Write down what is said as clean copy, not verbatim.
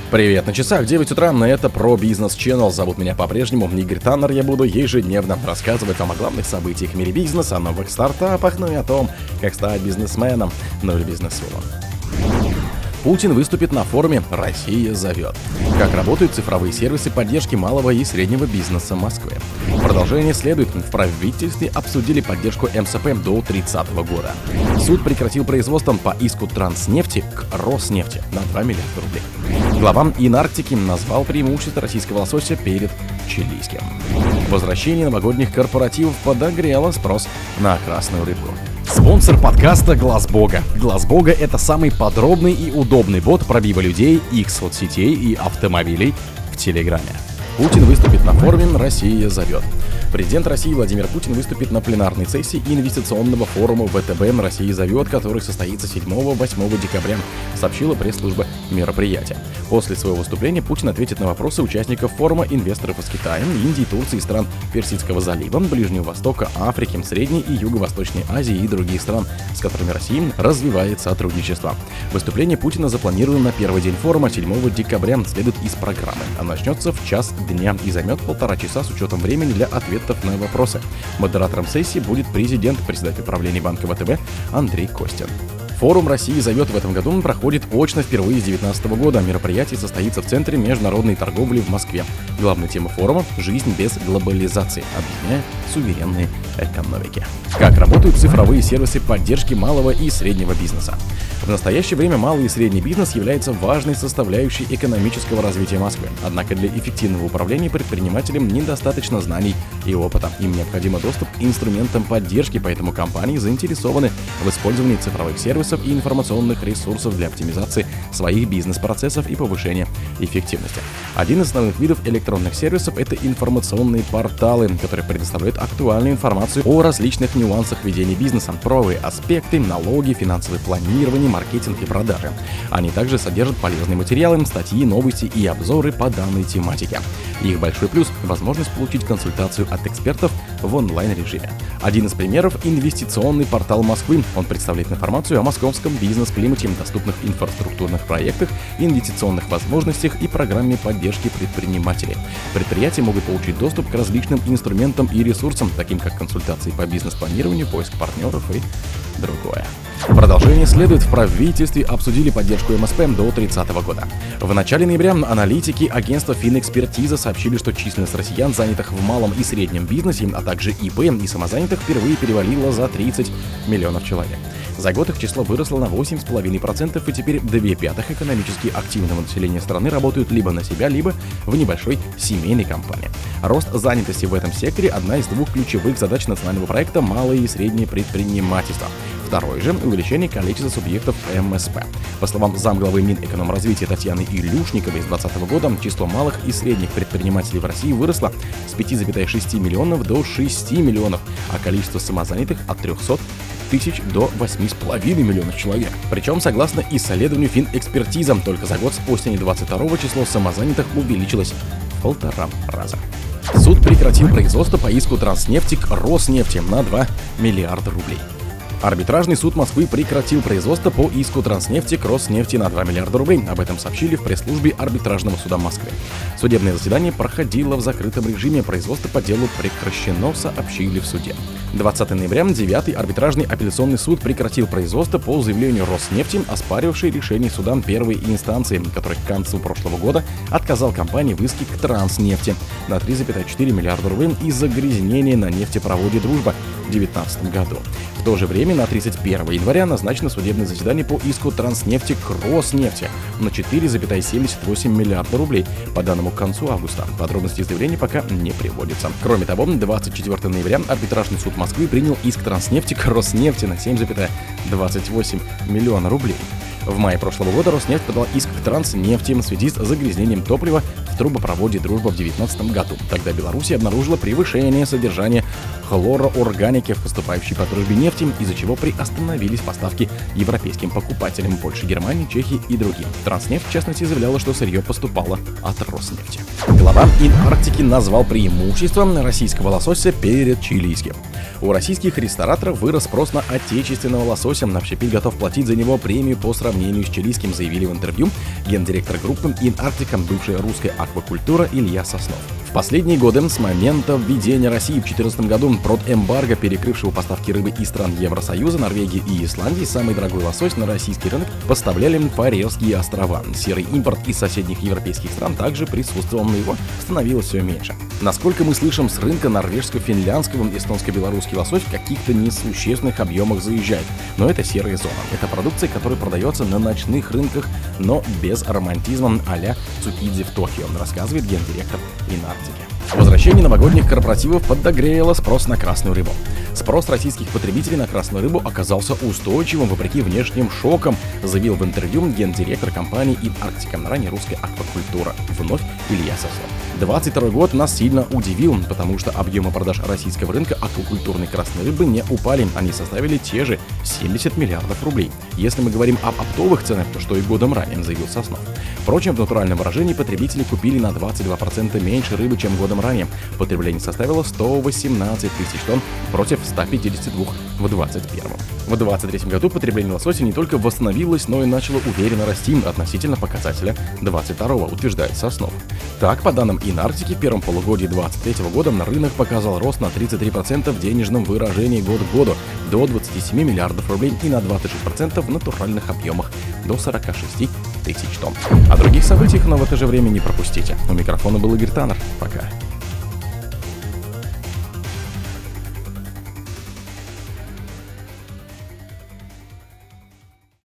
Привет, на часах 9 утра, на это про бизнес Channel. Зовут меня по-прежнему Игорь Таннер. Я буду ежедневно рассказывать вам о главных событиях в мире бизнеса, о новых стартапах, ну и о том, как стать бизнесменом, ну или бизнесвумен. Путин выступит на форуме «Россия зовет». Как работают цифровые сервисы поддержки малого и среднего бизнеса Москвы. Продолжение следует. В правительстве обсудили поддержку МСП до 30 года. Суд прекратил производство по иску Транснефти к Роснефти на 2 миллиарда рублей. Глава Инарктики назвал преимущество российского лосося перед чилийским. Возвращение новогодних корпоративов подогрело спрос на красную рыбку. Спонсор подкаста Глаз Бога. Глаз Бога — это самый подробный и удобный бот пробива людей, их соцсетей и автомобилей в Телеграме. Путин выступит на форуме «Россия зовет». Президент России Владимир Путин выступит на пленарной сессии инвестиционного форума ВТБ «Россия зовет», который состоится 7-8 декабря, сообщила пресс-служба мероприятия. После своего выступления Путин ответит на вопросы участников форума, инвесторов из Китая, Индии, Турции, стран Персидского залива, Ближнего Востока, Африки, Средней и Юго-Восточной Азии и других стран, с которыми Россия развивает сотрудничество. Выступление Путина запланировано на первый день форума 7 декабря, следует из программы. Она начнется в час дня и займет 1,5 часа с учетом времени для ответов на вопросы. Модератором сессии будет председатель правления банка ВТБ Андрей Костин. Форум «России зовет» в этом году проходит очно впервые с 2019 года. Мероприятие состоится в Центре международной торговли в Москве. Главная тема форума – «Жизнь без глобализации. Объединяя суверенные экономики». Как работают цифровые сервисы поддержки малого и среднего бизнеса? В настоящее время малый и средний бизнес является важной составляющей экономического развития Москвы. Однако для эффективного управления предпринимателям недостаточно знаний и опыта. Им необходим доступ к инструментам поддержки, поэтому компании заинтересованы в использовании цифровых сервисов и информационных ресурсов для оптимизации своих бизнес-процессов и повышения эффективности. Один из основных видов электронных сервисов – это информационные порталы, которые предоставляют актуальную информацию о различных нюансах ведения бизнеса, правовые аспекты, налоги, финансовое планирование, маркетинг и продажи. Они также содержат полезные материалы, статьи, новости и обзоры по данной тематике. Их большой плюс – возможность получить консультацию от экспертов в онлайн-режиме. Один из примеров – инвестиционный портал Москвы. Он представляет информацию о московском бизнес-климате, доступных инфраструктурных проектах, инвестиционных возможностях и программе поддержки предпринимателей. Предприятия могут получить доступ к различным инструментам и ресурсам, таким как консультации по бизнес-планированию, поиск партнеров и другое. Продолжение следует. В правительстве обсудили поддержку МСП до 30 года. В начале ноября аналитики агентства Финэкспертиза сообщили, что численность россиян, занятых в малом и среднем бизнесе, а также ИП и самозанятых, впервые перевалила за 30 миллионов человек. За год их число выросло на 8,5%, и теперь 2/5 экономически активного населения страны работают либо на себя, либо в небольшой семейной компании. Рост занятости в этом секторе – одна из двух ключевых задач национального проекта «Малое и среднее предпринимательство». Второе же – увеличение количества субъектов МСП. По словам замглавы Минэкономразвития Татьяны Илюшниковой, с 2020 года число малых и средних предпринимателей в России выросло с 5,6 миллионов до 6 миллионов, а количество самозанятых от 300 тысяч до 8,5 миллионов человек. Причем, согласно исследованию Финэкспертиза, только за год с осени 22 число самозанятых увеличилось в 1,5 раза. Суд прекратил производство по иску Транснефти к Роснефти на 2 миллиарда рублей. Арбитражный суд Москвы прекратил производство по иску Транснефти к Роснефти на 2 миллиарда рублей. Об этом сообщили в пресс-службе Арбитражного суда Москвы. Судебное заседание проходило в закрытом режиме. Производство по делу прекращено, сообщили в суде. 20 ноября 9-й арбитражный апелляционный суд прекратил производство по заявлению Роснефти, оспаривавшей решение суда первой инстанции, который к концу прошлого года отказал компании в иске к Транснефти на 3,4 миллиарда рублей из-за загрязнения на нефтепроводе «Дружба» в 2019 году. В то же время на 31 января назначено судебное заседание по иску Транснефти к Роснефти на 4,78 миллиарда рублей по данному к концу августа. Подробности заявления пока не приводятся. Кроме того, 24 ноября арбитражный суд Москвы принял иск Транснефти к Роснефти на 7,28 миллиона рублей. В мае прошлого года Роснефть подала иск к Транснефти в связи с загрязнением топлива в трубопроводе «Дружба» в 2019 году. Тогда Беларусь обнаружила превышение содержания хлороорганики в поступающей по дружбе нефти, из-за чего приостановились поставки европейским покупателям Польши, Германии, Чехии и другим. Транснефть, в частности, заявляла, что сырье поступало от Роснефти. Глава Инарктики назвал преимуществом российского лосося перед чилийским. У российских рестораторов вырос спрос на отечественного лосося. Общепит готов платить за него премию по сравнению с чилийским, заявили в интервью гендиректор группы Инарктика, бывшая русская аквакультура Илья Соснов. В последние годы, с момента введения России в 2014 году продэмбарго, перекрывшего поставки рыбы из стран Евросоюза, Норвегии и Исландии, самый дорогой лосось на российский рынок поставляли Фарерские острова. Серый импорт из соседних европейских стран также присутствовал, но его становилось все меньше. Насколько мы слышим, с рынка норвежско-финляндского, эстонско-белорусский лосось в каких-то несущественных объемах заезжает. Но это серая зона. Это продукция, которая продается на ночных рынках, но без романтизма а-ля Цукидзе в Токио, рассказывает гендиректор Инарктики. Возвращение новогодних корпоративов подогрело спрос на красную рыбу. Спрос российских потребителей на красную рыбу оказался устойчивым вопреки внешним шокам, заявил в интервью гендиректор компании Инарктика, ранее русская аквакультура, вновь Илья Соснов. 22 год нас сильно удивил, потому что объемы продаж российского рынка аквакультурной красной рыбы не упали, они составили те же 70 миллиардов рублей. Если мы говорим об оптовых ценах, то что и годом ранее, заявил Соснов. Впрочем, в натуральном выражении потребители купили на 22% меньше рыбы, чем годом ранее. Потребление составило 118 тысяч тонн против 152 в 2021. В 2023 году потребление лосося не только восстановилось, но и начало уверенно расти относительно показателя 2022, утверждает Соснов. Так, по данным Инарктики, в первом полугодии 2023 года на рынок показал рост на 33% в денежном выражении год к году до 27 миллиардов рублей и на 26% в натуральных объемах до 46 тысяч тонн. О других событиях, но в это же время не пропустите. У микрофона был Игорь Таннер. Пока.